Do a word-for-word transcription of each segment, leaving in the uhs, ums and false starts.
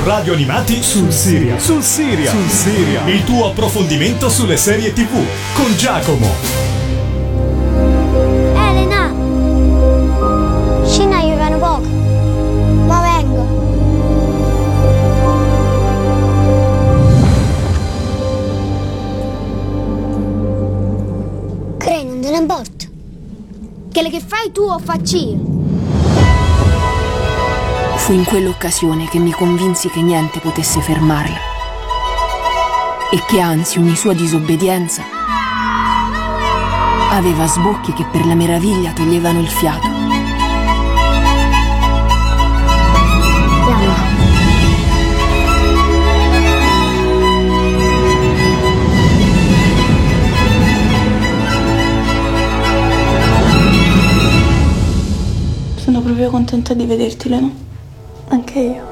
Radio Animati sul Serial. Sul Serial. Sul Serial. Il tuo approfondimento sulle serie tivù con Giacomo. Elena! Scina, aiutano poco. Ma vengo. Crei, non te ne importa. Che le che fai tu o faccio io. Fu in quell'occasione che mi convinsi che niente potesse fermarla e che anzi ogni sua disobbedienza aveva sbocchi che per la meraviglia toglievano il fiato. Mamma. Sono proprio contenta di vederti, Leno. Anche io.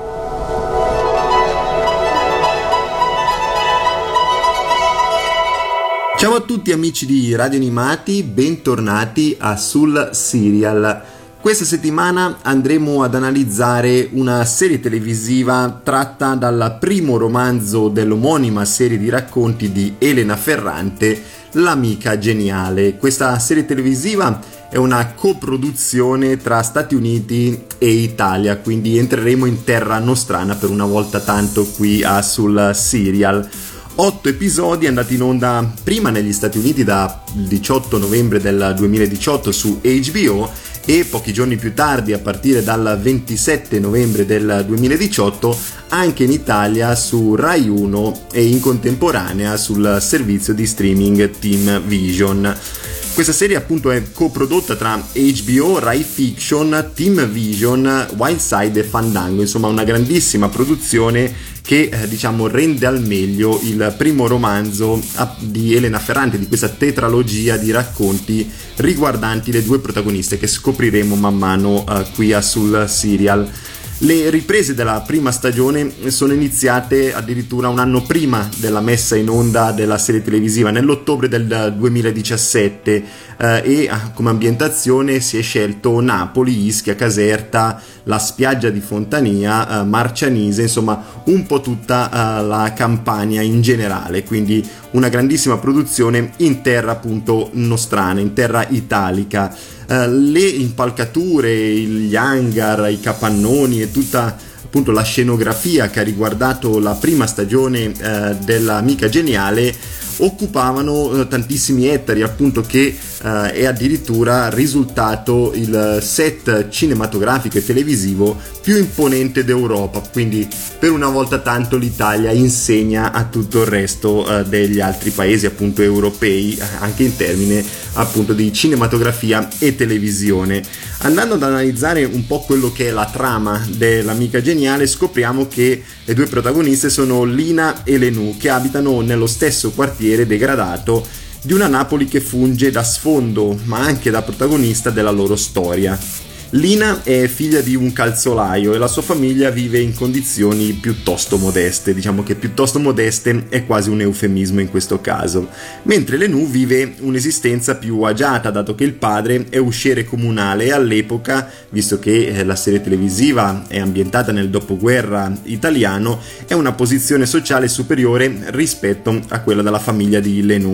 Ciao a tutti amici di Radio Animati, bentornati a Sul Serial. Questa settimana andremo ad analizzare una serie televisiva tratta dal primo romanzo dell'omonima serie di racconti di Elena Ferrante, L'amica geniale. Questa serie televisiva è una coproduzione tra Stati Uniti e Italia, quindi entreremo in terra nostrana per una volta tanto qui a Sul Serial. Otto episodi andati in onda prima negli Stati Uniti dal diciotto novembre del duemiladiciotto su H B O e pochi giorni più tardi, a partire dal ventisette novembre del duemiladiciotto, anche in Italia su Rai uno e in contemporanea sul servizio di streaming Team Vision. Questa serie appunto è coprodotta tra H B O, Rai Fiction, Team Vision, Wildside e Fandango, insomma una grandissima produzione che eh, diciamo rende al meglio il primo romanzo di Elena Ferrante, di questa tetralogia di racconti riguardanti le due protagoniste che scopriremo man mano eh, qui a Sul Serial. Le riprese della prima stagione sono iniziate addirittura un anno prima della messa in onda della serie televisiva, nell'ottobre del duemiladiciassette, eh, e come ambientazione si è scelto Napoli, Ischia, Caserta, la spiaggia di Fontania, eh, Marcianise, insomma un po' tutta eh, la Campania in generale, quindi una grandissima produzione in terra appunto nostrana, in terra italica. Uh, le impalcature, gli hangar, i capannoni e tutta appunto la scenografia che ha riguardato la prima stagione uh, dell'Amica Geniale occupavano uh, tantissimi ettari, appunto, che uh, è addirittura risultato il set cinematografico e televisivo più imponente d'Europa, quindi per una volta tanto l'Italia insegna a tutto il resto uh, degli altri paesi appunto europei, anche in termini appunto di cinematografia e televisione. Andando ad analizzare un po' quello che è la trama dell'Amica Geniale, scopriamo che le due protagoniste sono Lina e Lenù, che abitano nello stesso quartiere degradato di una Napoli che funge da sfondo ma anche da protagonista della loro storia. Lina è figlia di un calzolaio e la sua famiglia vive in condizioni piuttosto modeste, diciamo che piuttosto modeste è quasi un eufemismo in questo caso, mentre Lenù vive un'esistenza più agiata, dato che il padre è usciere comunale e all'epoca, visto che la serie televisiva è ambientata nel dopoguerra italiano, è una posizione sociale superiore rispetto a quella della famiglia di Lenù.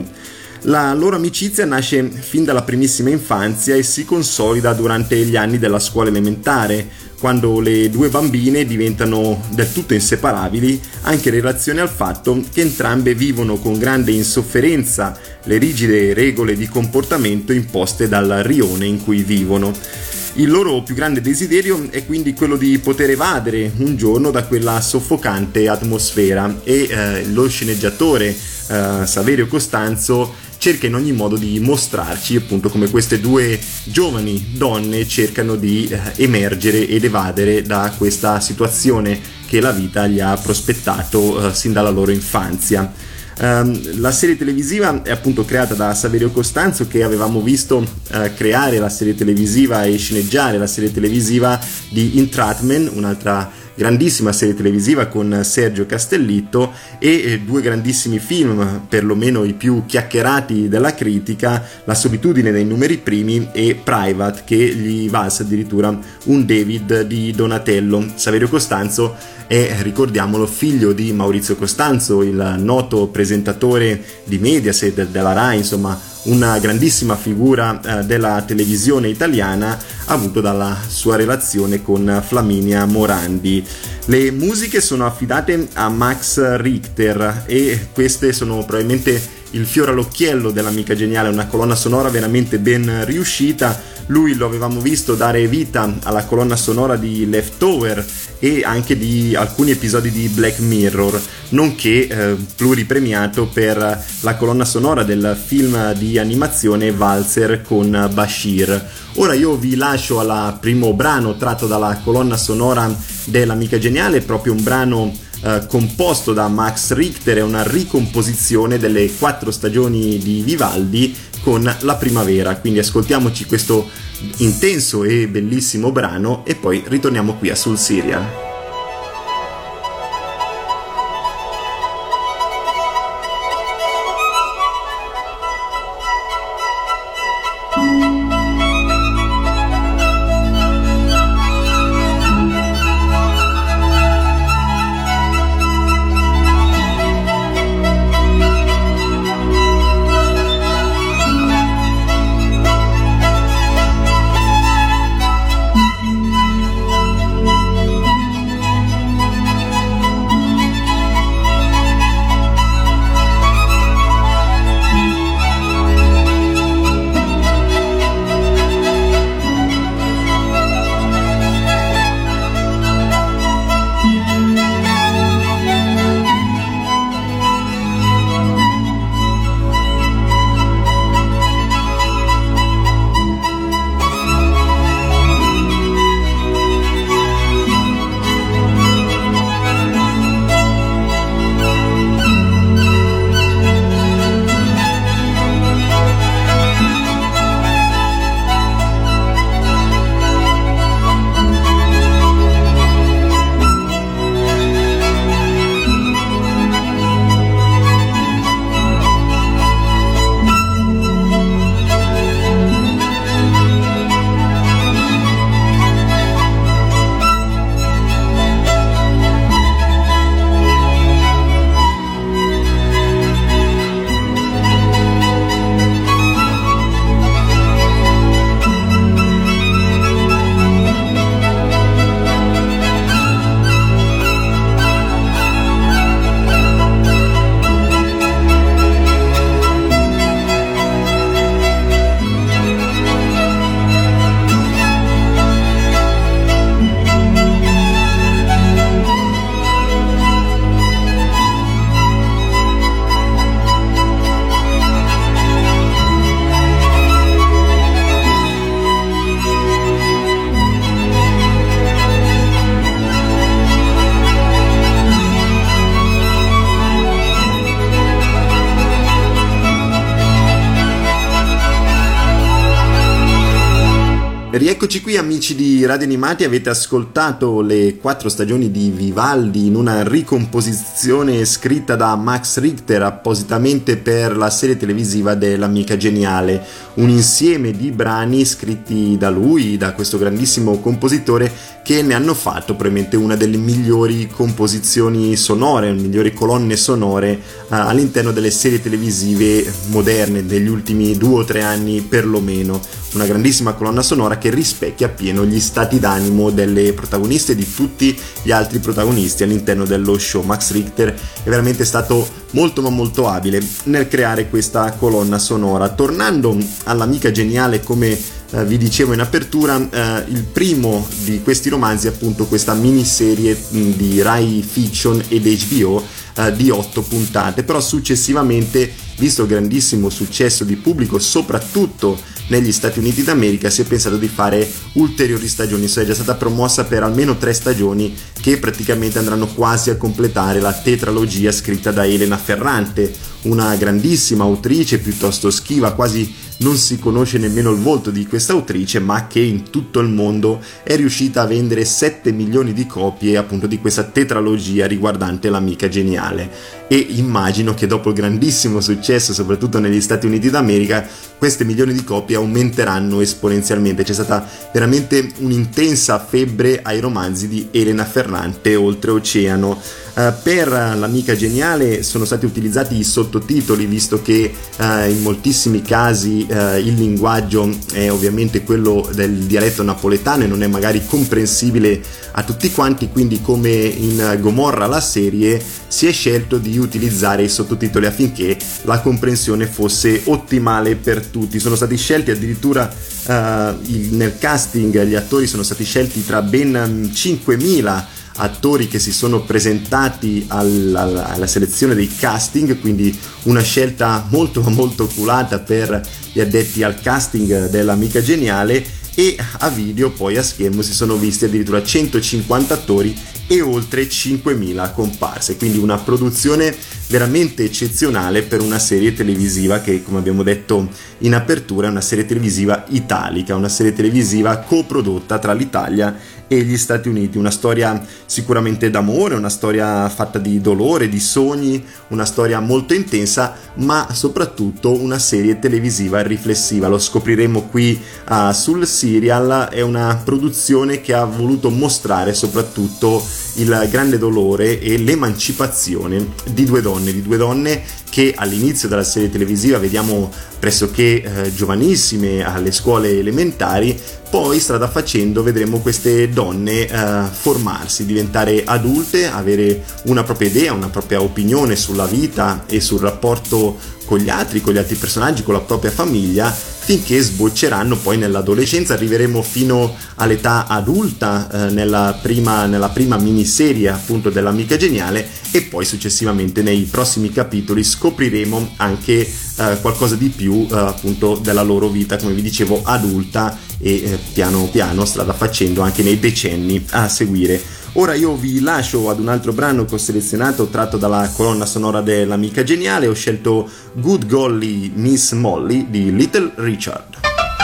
La loro amicizia nasce fin dalla primissima infanzia e si consolida durante gli anni della scuola elementare, quando le due bambine diventano del tutto inseparabili, anche in relazione al fatto che entrambe vivono con grande insofferenza le rigide regole di comportamento imposte dal rione in cui vivono. Il loro più grande desiderio è quindi quello di poter evadere un giorno da quella soffocante atmosfera e eh, lo sceneggiatore eh, Saverio Costanzo cerca in ogni modo di mostrarci appunto come queste due giovani donne cercano di eh, emergere ed evadere da questa situazione che la vita gli ha prospettato eh, sin dalla loro infanzia. Um, la serie televisiva è appunto creata da Saverio Costanzo, che avevamo visto uh, creare la serie televisiva e sceneggiare la serie televisiva di Entrapment, un'altra grandissima serie televisiva con Sergio Castellitto e due grandissimi film, perlomeno i più chiacchierati della critica, La solitudine dei numeri primi e Private, che gli valse addirittura un David di Donatello. Saverio Costanzo è, ricordiamolo, figlio di Maurizio Costanzo, il noto presentatore di Mediaset, della Rai, insomma una grandissima figura eh, della televisione italiana, avuto dalla sua relazione con Flaminia Morandi. Le musiche sono affidate a Max Richter e queste sono probabilmente il fiore all'occhiello dell'Amica Geniale, una colonna sonora veramente ben riuscita. Lui lo avevamo visto dare vita alla colonna sonora di Leftover e anche di alcuni episodi di Black Mirror, nonché eh, pluripremiato per la colonna sonora del film di animazione Valzer con Bashir. Ora io vi lascio al primo brano tratto dalla colonna sonora dell'Amica Geniale, proprio un brano Uh, composto da Max Richter, è una ricomposizione delle quattro stagioni di Vivaldi con la primavera, quindi ascoltiamoci questo intenso e bellissimo brano e poi ritorniamo qui a Sul Serial. Rieccoci qui amici di Radio Animati, avete ascoltato le quattro stagioni di Vivaldi in una ricomposizione scritta da Max Richter appositamente per la serie televisiva dell'Amica Geniale, un insieme di brani scritti da lui, da questo grandissimo compositore, che ne hanno fatto probabilmente una delle migliori composizioni sonore, le migliori colonne sonore uh, all'interno delle serie televisive moderne degli ultimi due o tre anni perlomeno. Una grandissima colonna sonora che rispecchia appieno gli stati d'animo delle protagoniste e di tutti gli altri protagonisti all'interno dello show. Max Richter è veramente stato molto ma molto abile nel creare questa colonna sonora. Tornando all'Amica Geniale, come eh, vi dicevo in apertura, eh, il primo di questi romanzi è appunto questa miniserie mh, di Rai Fiction ed H B O eh, di otto puntate, però successivamente, visto il grandissimo successo di pubblico soprattutto negli Stati Uniti d'America, si è pensato di fare ulteriori stagioni. So, è già stata promossa per almeno tre stagioni che praticamente andranno quasi a completare la tetralogia scritta da Elena Ferrante, una grandissima autrice piuttosto schiva, quasi non si conosce nemmeno il volto di questa autrice, ma che in tutto il mondo è riuscita a vendere sette milioni di copie appunto di questa tetralogia riguardante l'Amica Geniale. E immagino che dopo il grandissimo successo, soprattutto negli Stati Uniti d'America, queste milioni di copie aumenteranno esponenzialmente. C'è stata veramente un'intensa febbre ai romanzi di Elena Ferrante oltreoceano. Uh, per l'Amica Geniale sono stati utilizzati i sottotitoli, visto che uh, in moltissimi casi uh, il linguaggio è ovviamente quello del dialetto napoletano e non è magari comprensibile a tutti quanti, quindi come in Gomorra la serie si è scelto di utilizzare i sottotitoli affinché la comprensione fosse ottimale per tutti. Sono stati scelti addirittura uh, il, nel casting gli attori sono stati scelti tra ben cinquemila attori che si sono presentati al, al, alla selezione dei casting, quindi una scelta molto molto oculata per gli addetti al casting dell'Amica Geniale, e a video poi a schermo si sono visti addirittura centocinquanta attori e oltre cinquemila comparse, quindi una produzione veramente eccezionale per una serie televisiva che, come abbiamo detto in apertura, è una serie televisiva italica, una serie televisiva coprodotta tra l'Italia e gli Stati Uniti, una storia sicuramente d'amore, una storia fatta di dolore, di sogni, una storia molto intensa, ma soprattutto una serie televisiva riflessiva. Lo scopriremo qui uh, sul Serial. È una produzione che ha voluto mostrare soprattutto il grande dolore e l'emancipazione di due donne, di due donne che all'inizio della serie televisiva vediamo pressoché eh, giovanissime alle scuole elementari, poi strada facendo vedremo queste donne eh, formarsi, diventare adulte, avere una propria idea, una propria opinione sulla vita e sul rapporto con gli altri, con gli altri personaggi, con la propria famiglia, finché sbocceranno poi nell'adolescenza. Arriveremo fino all'età adulta eh, nella prima, nella prima miniserie appunto dell'Amica Geniale, e poi successivamente nei prossimi capitoli scopriremo anche eh, qualcosa di più eh, appunto della loro vita, come vi dicevo, adulta, e eh, piano piano strada facendo anche nei decenni a seguire. Ora io vi lascio ad un altro brano che ho selezionato tratto dalla colonna sonora dell'Amica Geniale. Ho scelto Good Golly Miss Molly di Little Richard.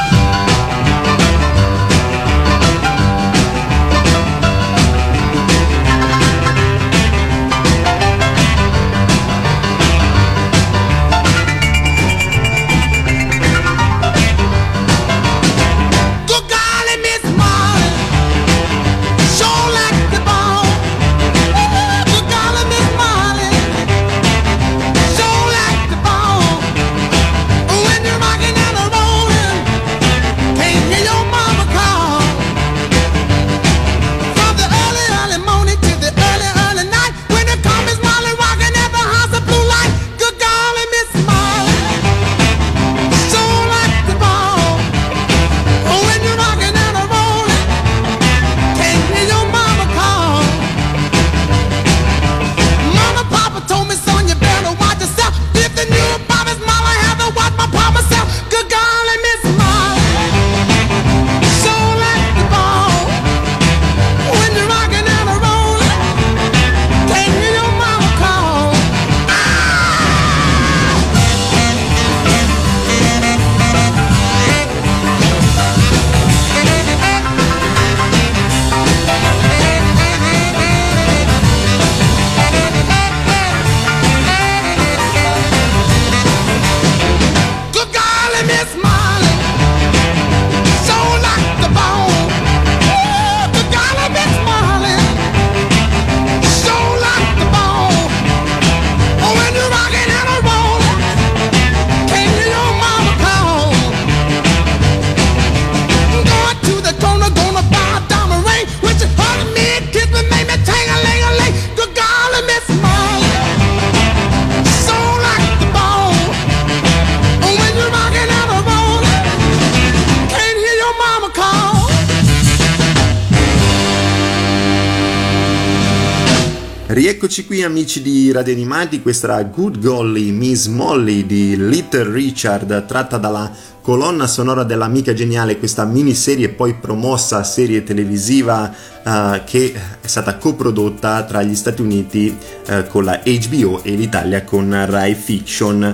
Rieccoci qui amici di Radio Animati, questa era Good Golly Miss Molly di Little Richard, tratta dalla colonna sonora dell'Amica Geniale, questa miniserie poi promossa serie televisiva uh, che è stata coprodotta tra gli Stati Uniti uh, con la H B O e l'Italia con Rai Fiction.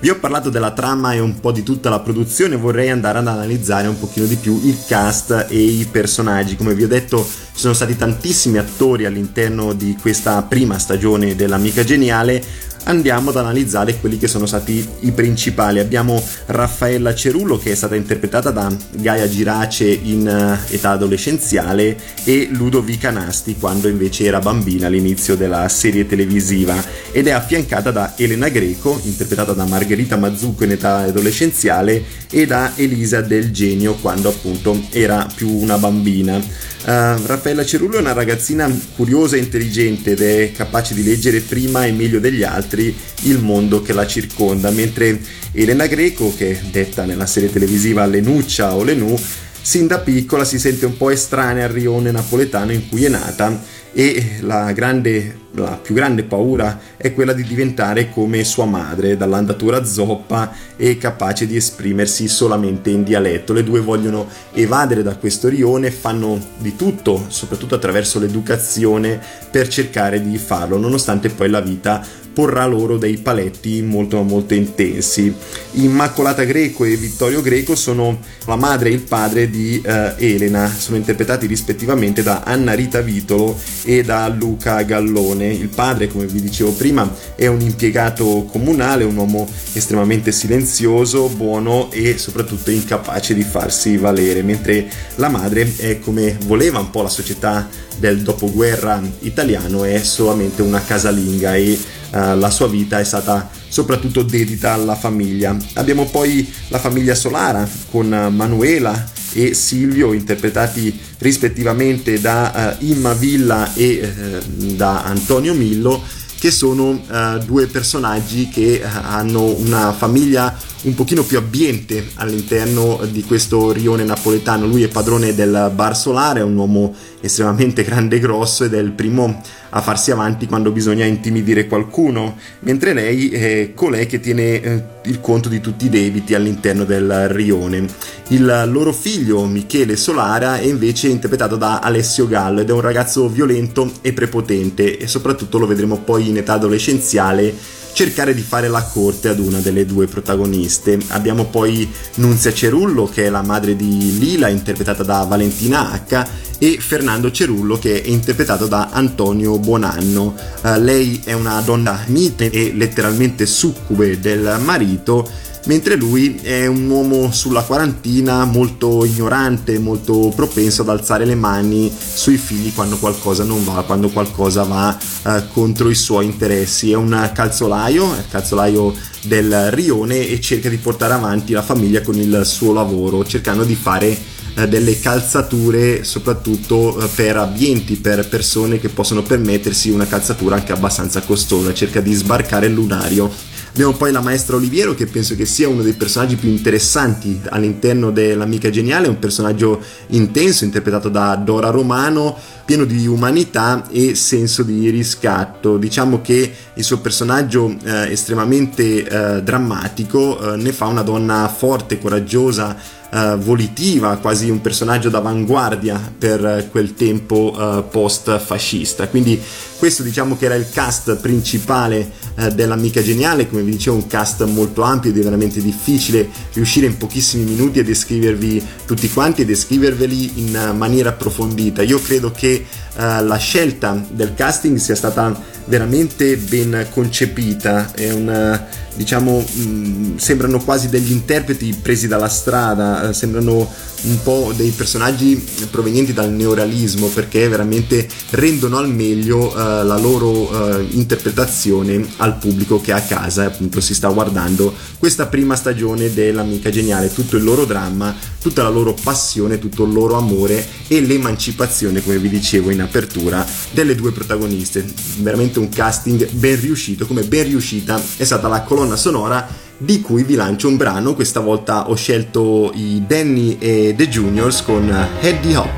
Vi ho parlato della trama e un po' di tutta la produzione, vorrei andare ad analizzare un pochino di più il cast e i personaggi. Come vi ho detto, ci sono stati tantissimi attori all'interno di questa prima stagione dell'Amica Geniale. Andiamo ad analizzare quelli che sono stati i principali. Abbiamo Raffaella Cerullo, che è stata interpretata da Gaia Girace in uh, età adolescenziale, e Ludovica Nasti quando invece era bambina all'inizio della serie televisiva, ed è affiancata da Elena Greco, interpretata da Margherita Mazzucco in età adolescenziale, e da Elisa Del Genio quando appunto era più una bambina. Uh, Raffaella Cerullo è una ragazzina curiosa e intelligente ed è capace di leggere prima e meglio degli altri il mondo che la circonda, mentre Elena Greco, che è detta nella serie televisiva Lenuccia o Lenù, sin da piccola si sente un po' estranea al rione napoletano in cui è nata, e la grande la più grande paura è quella di diventare come sua madre, dall'andatura zoppa e capace di esprimersi solamente in dialetto. Le due vogliono evadere da questo rione, fanno di tutto, soprattutto attraverso l'educazione, per cercare di farlo, nonostante poi la vita porrà loro dei paletti molto molto intensi. Immacolata Greco e Vittorio Greco sono la madre e il padre di uh, Elena, sono interpretati rispettivamente da Anna Rita Vitolo e da Luca Gallone. Il padre, come vi dicevo prima, è un impiegato comunale, un uomo estremamente silenzioso, buono e soprattutto incapace di farsi valere, mentre la madre è, come voleva un po' la società del dopoguerra italiano, è solamente una casalinga e uh, la sua vita è stata soprattutto dedita alla famiglia. Abbiamo poi la famiglia Solara con Manuela e Silvio, interpretati rispettivamente da uh, Imma Villa e uh, da Antonio Millo, che sono uh, due personaggi che uh, hanno una famiglia un pochino più abbiente all'interno di questo rione napoletano. Lui è padrone del Bar Solare, è un uomo estremamente grande e grosso ed è il primo a farsi avanti quando bisogna intimidire qualcuno, mentre lei è colei che tiene eh, il conto di tutti i debiti all'interno del rione. Il loro figlio Michele Solara è invece interpretato da Alessio Gallo ed è un ragazzo violento e prepotente, e soprattutto lo vedremo poi in età adolescenziale cercare di fare la corte ad una delle due protagoniste. Abbiamo poi Nunzia Cerullo, che è la madre di Lila, interpretata da Valentina H, e Fernando Cerullo, che è interpretato da Antonio Buonanno. Uh, lei è una donna mite e letteralmente succube del marito, mentre lui è un uomo sulla quarantina, molto ignorante, molto propenso ad alzare le mani sui figli quando qualcosa non va, quando qualcosa va eh, contro i suoi interessi. È un calzolaio, è il calzolaio del rione, e cerca di portare avanti la famiglia con il suo lavoro, cercando di fare eh, delle calzature soprattutto eh, per ambienti, per persone che possono permettersi una calzatura anche abbastanza costosa. Cerca di sbarcare il lunario. Abbiamo poi la maestra Oliviero, che penso che sia uno dei personaggi più interessanti all'interno dell'Amica Geniale, un personaggio intenso interpretato da Dora Romano, pieno di umanità e senso di riscatto. Diciamo che il suo personaggio eh, estremamente eh, drammatico eh, ne fa una donna forte, coraggiosa, Uh, volitiva, quasi un personaggio d'avanguardia per quel tempo uh, post-fascista. Quindi questo, diciamo che era il cast principale uh, dell'Amica Geniale. Come vi dicevo, un cast molto ampio ed è veramente difficile riuscire in pochissimi minuti a descrivervi tutti quanti e descriverveli in uh, maniera approfondita. Io credo che uh, la scelta del casting sia stata veramente ben concepita. È un uh, diciamo mh, sembrano quasi degli interpreti presi dalla strada, eh, sembrano un po' dei personaggi provenienti dal neorealismo, perché veramente rendono al meglio eh, la loro eh, interpretazione al pubblico che a casa appunto si sta guardando questa prima stagione dell'Amica Geniale. Tutto il loro dramma, tutta la loro passione, tutto il loro amore e l'emancipazione, come vi dicevo in apertura, delle due protagoniste. Veramente un casting ben riuscito, come ben riuscita è stata la colonna sonora, di cui vi lancio un brano. Questa volta ho scelto i Danny e The Juniors con Heady Hop.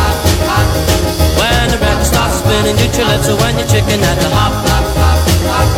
When the record starts spinning, you chill it, so when you're chicken at the hop, hop, hop, hop.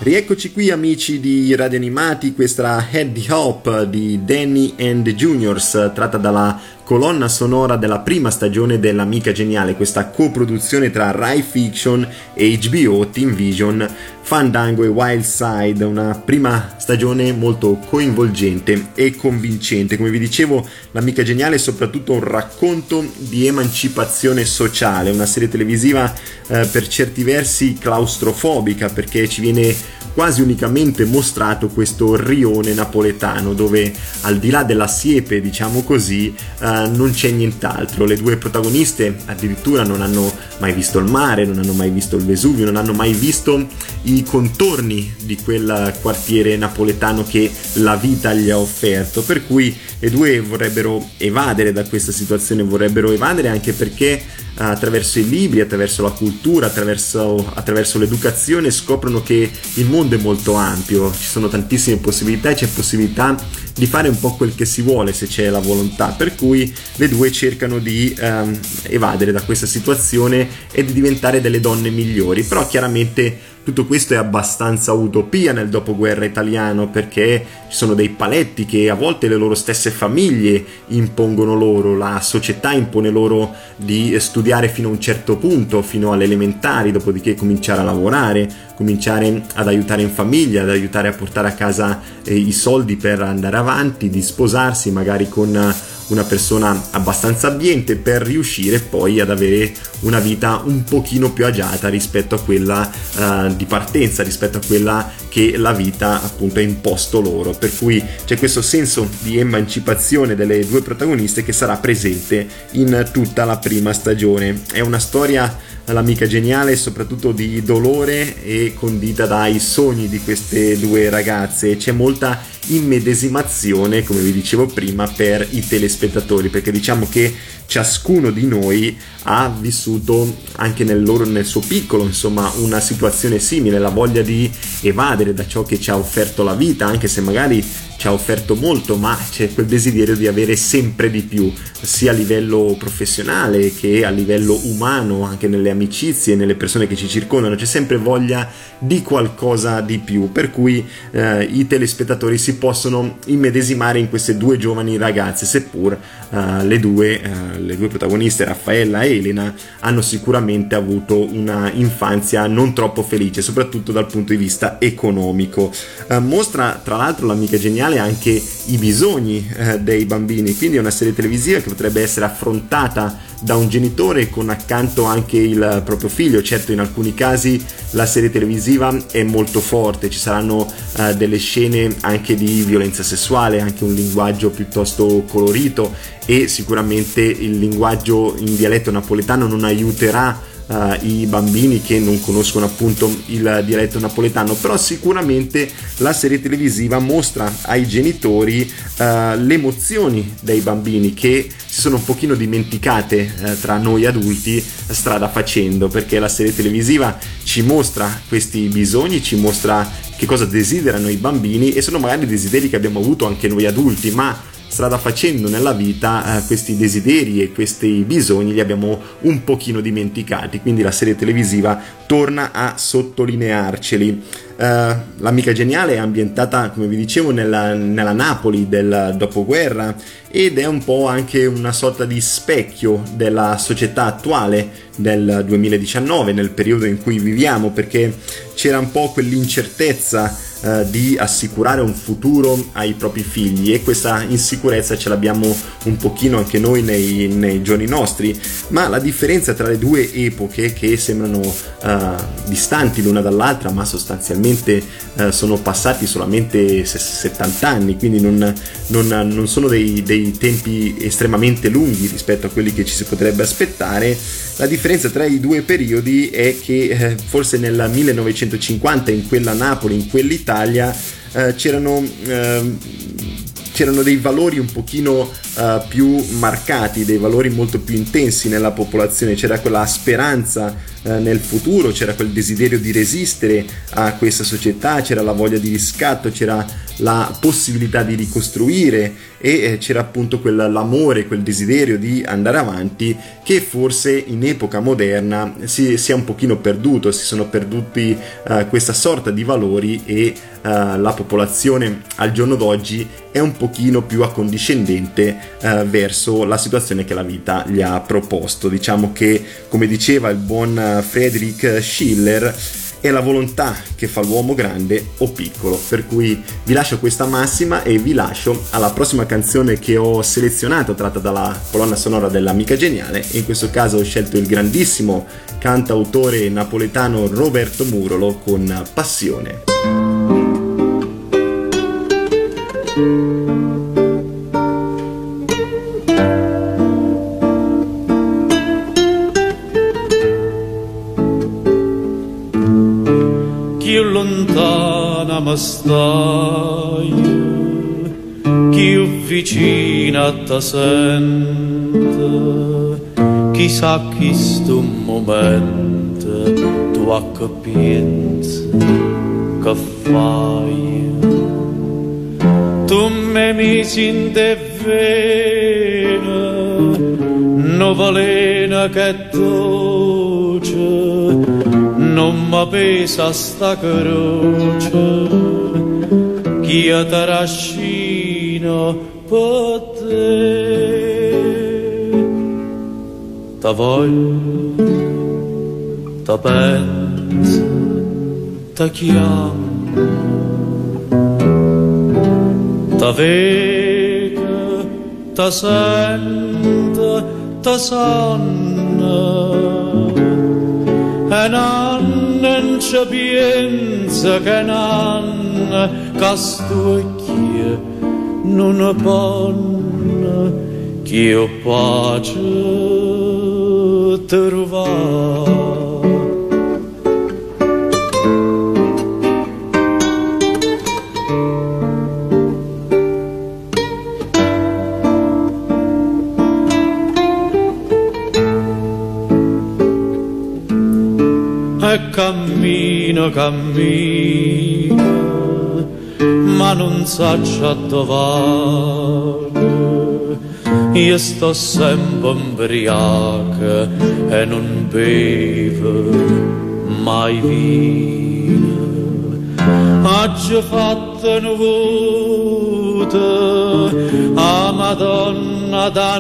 Rieccoci qui amici di Radio Animati, questa Head Hop di Danny and the Juniors, tratta dalla colonna sonora della prima stagione dell'Amica Geniale, questa coproduzione tra Rai Fiction e H B O, Team Vision, Fandango e Wild Side, una prima stagione molto coinvolgente e convincente. Come vi dicevo, l'Amica Geniale è soprattutto un racconto di emancipazione sociale, una serie televisiva eh, per certi versi claustrofobica, perché ci viene quasi unicamente mostrato questo rione napoletano dove, al di là della siepe, diciamo così, eh, non c'è nient'altro. Le due protagoniste addirittura non hanno mai visto il mare, non hanno mai visto il Vesuvio, non hanno mai visto i contorni di quel quartiere napoletano che la vita gli ha offerto, per cui le due vorrebbero evadere da questa situazione, vorrebbero evadere anche perché attraverso i libri, attraverso la cultura, attraverso, attraverso l'educazione scoprono che il mondo è molto ampio, ci sono tantissime possibilità e c'è possibilità di fare un po' quel che si vuole se c'è la volontà, per cui le due cercano di ehm, evadere da questa situazione e di diventare delle donne migliori. Però chiaramente tutto questo è abbastanza utopia nel dopoguerra italiano, perché ci sono dei paletti che a volte le loro stesse famiglie impongono loro, la società impone loro di studiare fino a un certo punto, fino alle elementari, dopodiché cominciare a lavorare, cominciare ad aiutare in famiglia, ad aiutare a portare a casa eh, i soldi per andare avanti, di sposarsi magari con una persona abbastanza abbiente per riuscire poi ad avere una vita un pochino più agiata rispetto a quella uh, di partenza, rispetto a quella che la vita appunto ha imposto loro, per cui c'è questo senso di emancipazione delle due protagoniste che sarà presente in tutta la prima stagione. È una storia, l'Amica Geniale, soprattutto di dolore e condita dai sogni di queste due ragazze. C'è molta immedesimazione, come vi dicevo prima, per i telespettatori, perché diciamo che ciascuno di noi ha vissuto anche nel loro nel suo piccolo, insomma, una situazione simile, la voglia di evadere da ciò che ci ha offerto la vita, anche se magari ci ha offerto molto, ma c'è quel desiderio di avere sempre di più, sia a livello professionale che a livello umano, anche nelle amicizie, nelle persone che ci circondano, c'è sempre voglia di qualcosa di più, per cui eh, i telespettatori si possono immedesimare in queste due giovani ragazze, seppur eh, le due eh, le due protagoniste, Raffaella e Elena, hanno sicuramente avuto una infanzia non troppo felice, soprattutto dal punto di vista economico. Eh, mostra tra l'altro l'Amica Geniale anche i bisogni eh, dei bambini, quindi è una serie televisiva che potrebbe essere affrontata da un genitore con accanto anche il proprio figlio. Certo, in alcuni casi la serie televisiva è molto forte, ci saranno eh, delle scene anche di violenza sessuale, anche un linguaggio piuttosto colorito, e sicuramente il linguaggio in dialetto napoletano non aiuterà Uh, i bambini che non conoscono appunto il dialetto napoletano, però sicuramente la serie televisiva mostra ai genitori uh, le emozioni dei bambini che si sono un pochino dimenticate uh, tra noi adulti strada facendo, perché la serie televisiva ci mostra questi bisogni, ci mostra che cosa desiderano i bambini, e sono magari desideri che abbiamo avuto anche noi adulti, ma strada facendo nella vita eh, questi desideri e questi bisogni li abbiamo un pochino dimenticati, quindi la serie televisiva torna a sottolinearceli. Uh, L'Amica Geniale è ambientata, come vi dicevo, nella, nella Napoli del dopoguerra, ed è un po' anche una sorta di specchio della società attuale del duemiladiciannove, nel periodo in cui viviamo, perché c'era un po' quell'incertezza uh, di assicurare un futuro ai propri figli, e questa insicurezza ce l'abbiamo un pochino anche noi nei, nei giorni nostri. Ma la differenza tra le due epoche, che sembrano uh, distanti l'una dall'altra, ma sostanzialmente Uh, sono passati solamente settanta anni, quindi non, non, non sono dei, dei tempi estremamente lunghi rispetto a quelli che ci si potrebbe aspettare. La differenza tra i due periodi è che eh, forse nel millenovecentocinquanta, in quella Napoli, in quell'Italia, eh, c'erano eh, c'erano dei valori un pochino uh, più marcati, dei valori molto più intensi nella popolazione, c'era quella speranza uh, nel futuro, c'era quel desiderio di resistere a questa società, c'era la voglia di riscatto, c'era la possibilità di ricostruire e eh, c'era appunto quell'amore, quel desiderio di andare avanti che forse in epoca moderna si, si è un pochino perduto, si sono perduti eh, questa sorta di valori e eh, la popolazione al giorno d'oggi è un pochino più accondiscendente eh, verso la situazione che la vita gli ha proposto. Diciamo che, come diceva il buon Friedrich Schiller, è la volontà che fa l'uomo grande o piccolo, per cui vi lascio questa massima e vi lascio alla prossima canzone che ho selezionato, tratta dalla colonna sonora dell'Amica Geniale, e in questo caso ho scelto il grandissimo cantautore napoletano Roberto Murolo con Passione. Più lontana mi stai, più vicina ti sento, chissà che sto momento tu a che pensi, che fai. Tu mi misi in te vena, no valena che dolce, non mi pesa sta croce chi ti trascina per te. Ti voglio, ti penso, ti chiamo, ti vedo, ti sento, ti sonno. E non ci pensa che non che sto qui non ponno che io pace trovare. E cammino, cammino, ma non so dove. Io sto sempre ubriaca e non bevo mai vino. Oggi fatto nuvoto a Madonna da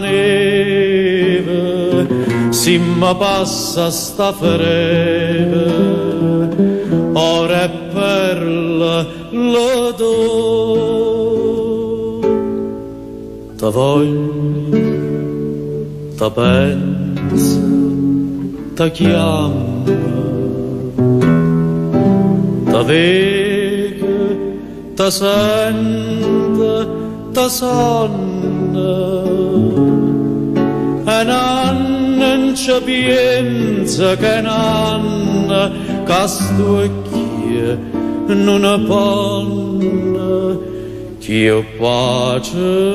neve, si mi passa sta freve, ora e perla lo do. Ti voglio, ti penso, ti chiamo, ti vedo, ti sento, ti sonno. E non ci pensa che non che sto qui non ponno che io pace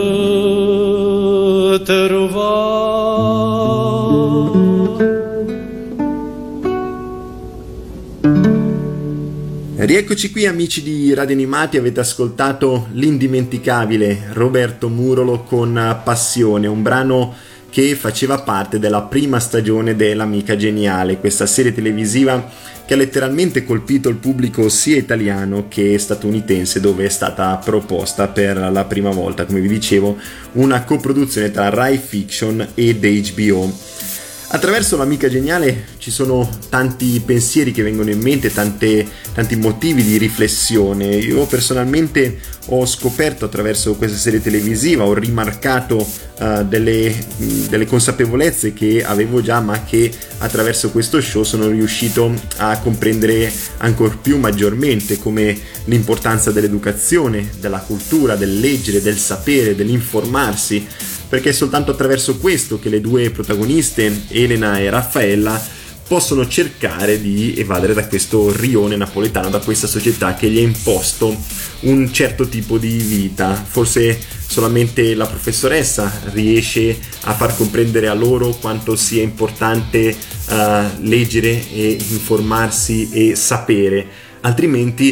trovare. Rieccoci qui amici di Radio Animati, avete ascoltato l'indimenticabile Roberto Murolo con Passione, un brano che faceva parte della prima stagione dell'Amica Geniale, questa serie televisiva che ha letteralmente colpito il pubblico sia italiano che statunitense, dove è stata proposta per la prima volta, come vi dicevo, una coproduzione tra Rai Fiction ed H B O. Attraverso l'Amica Geniale ci sono tanti pensieri che vengono in mente, tante, tanti motivi di riflessione. Io personalmente ho scoperto attraverso questa serie televisiva, ho rimarcato uh, delle, delle consapevolezze che avevo già, ma che attraverso questo show sono riuscito a comprendere ancor più maggiormente, come l'importanza dell'educazione, della cultura, del leggere, del sapere, dell'informarsi, perché è soltanto attraverso questo che le due protagoniste, Elena e Raffaella, possono cercare di evadere da questo rione napoletano, da questa società che gli ha imposto un certo tipo di vita. Forse solamente la professoressa riesce a far comprendere a loro quanto sia importante uh, leggere e informarsi e sapere, altrimenti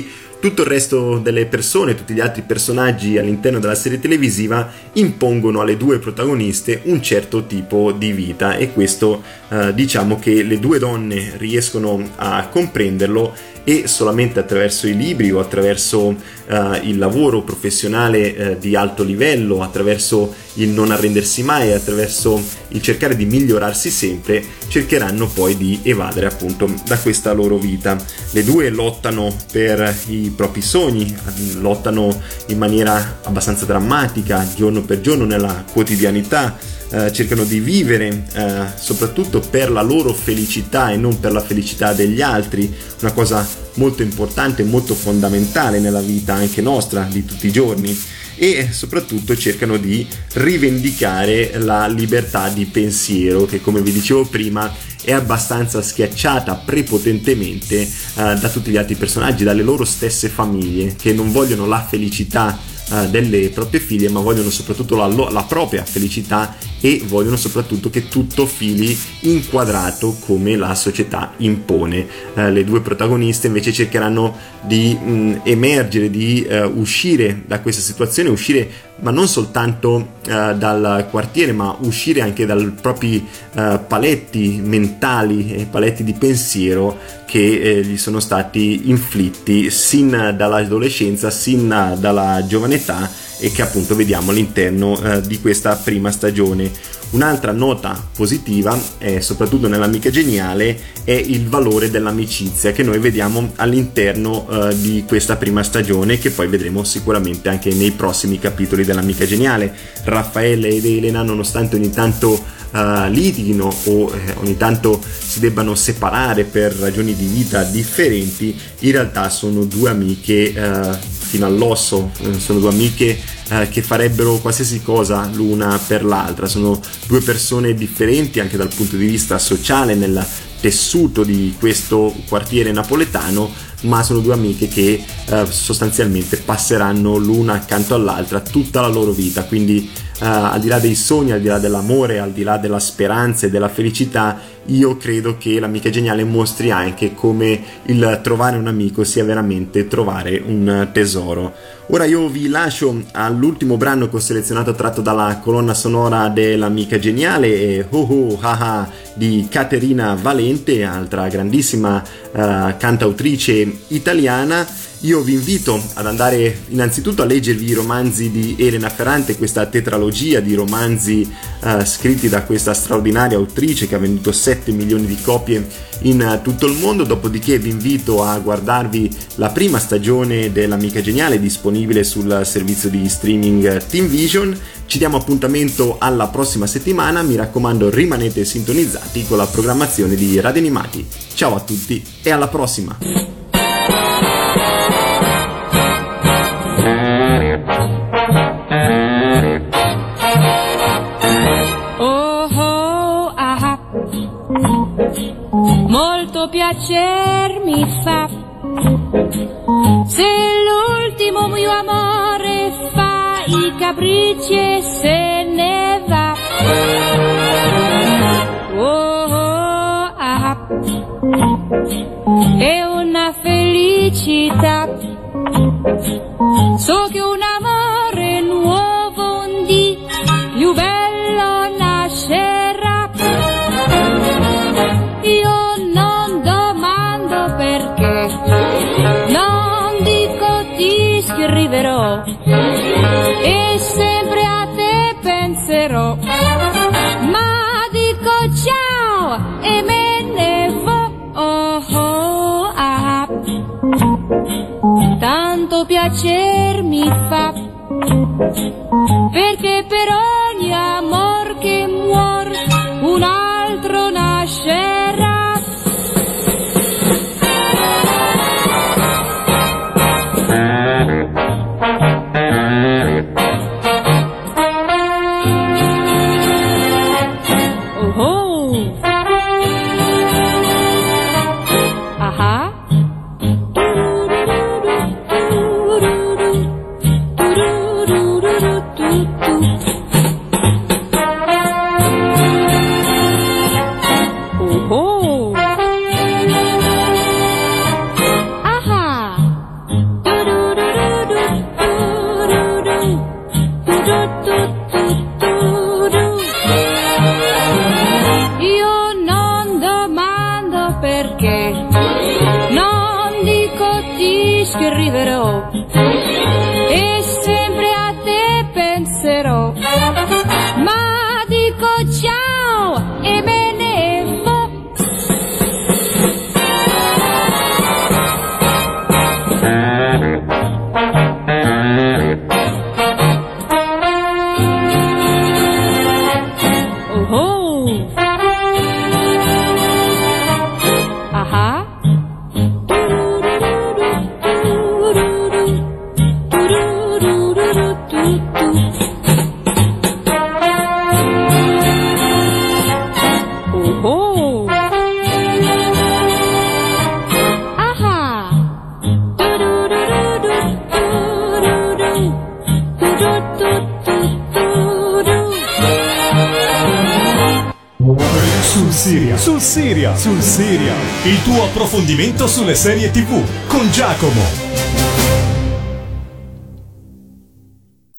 Tutto il resto delle persone, tutti gli altri personaggi all'interno della serie televisiva impongono alle due protagoniste un certo tipo di vita, e questo eh, diciamo che le due donne riescono a comprenderlo, e solamente attraverso i libri o attraverso eh, il lavoro professionale eh, di alto livello, attraverso il non arrendersi mai, attraverso il cercare di migliorarsi sempre, cercheranno poi di evadere appunto da questa loro vita. Le due lottano per i propri sogni, lottano in maniera abbastanza drammatica giorno per giorno nella quotidianità, eh, cercano di vivere eh, soprattutto per la loro felicità e non per la felicità degli altri, una cosa molto importante, molto fondamentale nella vita anche nostra di tutti i giorni, e soprattutto cercano di rivendicare la libertà di pensiero che, come vi dicevo prima, è abbastanza schiacciata prepotentemente eh, da tutti gli altri personaggi, dalle loro stesse famiglie, che non vogliono la felicità eh, delle proprie figlie, ma vogliono soprattutto la, la propria felicità, e vogliono soprattutto che tutto fili inquadrato come la società impone. Eh, le due protagoniste invece cercheranno di mh, emergere, di uh, uscire da questa situazione, uscire ma non soltanto uh, dal quartiere, ma uscire anche dai propri uh, paletti mentali e paletti di pensiero che eh, gli sono stati inflitti sin dall'adolescenza, sin dalla giovane età, e che appunto vediamo all'interno eh, di questa prima stagione. Un'altra nota positiva, eh, soprattutto nell'Amica Geniale, è il valore dell'amicizia che noi vediamo all'interno eh, di questa prima stagione, che poi vedremo sicuramente anche nei prossimi capitoli dell'Amica Geniale. Raffaele ed Elena, nonostante ogni tanto Uh, litighino o eh, ogni tanto si debbano separare per ragioni di vita differenti, in realtà sono due amiche uh, fino all'osso, sono due amiche uh, che farebbero qualsiasi cosa l'una per l'altra, sono due persone differenti anche dal punto di vista sociale nel tessuto di questo quartiere napoletano, ma sono due amiche che uh, sostanzialmente passeranno l'una accanto all'altra tutta la loro vita, quindi Uh, al di là dei sogni, al di là dell'amore, al di là della speranza e della felicità, io credo che l'Amica Geniale mostri anche come il trovare un amico sia veramente trovare un tesoro. Ora io vi lascio all'ultimo brano che ho selezionato, tratto dalla colonna sonora dell'Amica Geniale, e Oh Oh Ha Ha di Caterina Valente, altra grandissima uh, cantautrice italiana. Io vi invito ad andare innanzitutto a leggervi i romanzi di Elena Ferrante, questa tetralogia di romanzi uh, scritti da questa straordinaria autrice che ha venduto sette milioni di copie in uh, tutto il mondo. Dopodiché vi invito a guardarvi la prima stagione dell'Amica Geniale, disponibile sul servizio di streaming Team Vision. Ci diamo appuntamento alla prossima settimana, mi raccomando rimanete sintonizzati con la programmazione di Radio Animati. Ciao a tutti e alla prossima! Oh oh ah, molto piacer mi fa se l'ultimo mio amore fa i capricci e se ne va. Oh oh ah, è una felicità. So che un amore nuovo un dì più bello nascerà. Io non domando perché, non dico ti scriverò e sempre a te penserò, ma dico ciao e me ne vo. Oh oh ah, tanto piacer mi fa, perché per ogni amor che muor un altro nascerà. Oh oh aha. Oh scriverò e sempre a te penserò, ma dico ciao e me ne vo. Oh, aha. Oh, aha. Sul Siria, sul Siria, sul Siria. Il tuo approfondimento sulle serie tivù con Giacomo.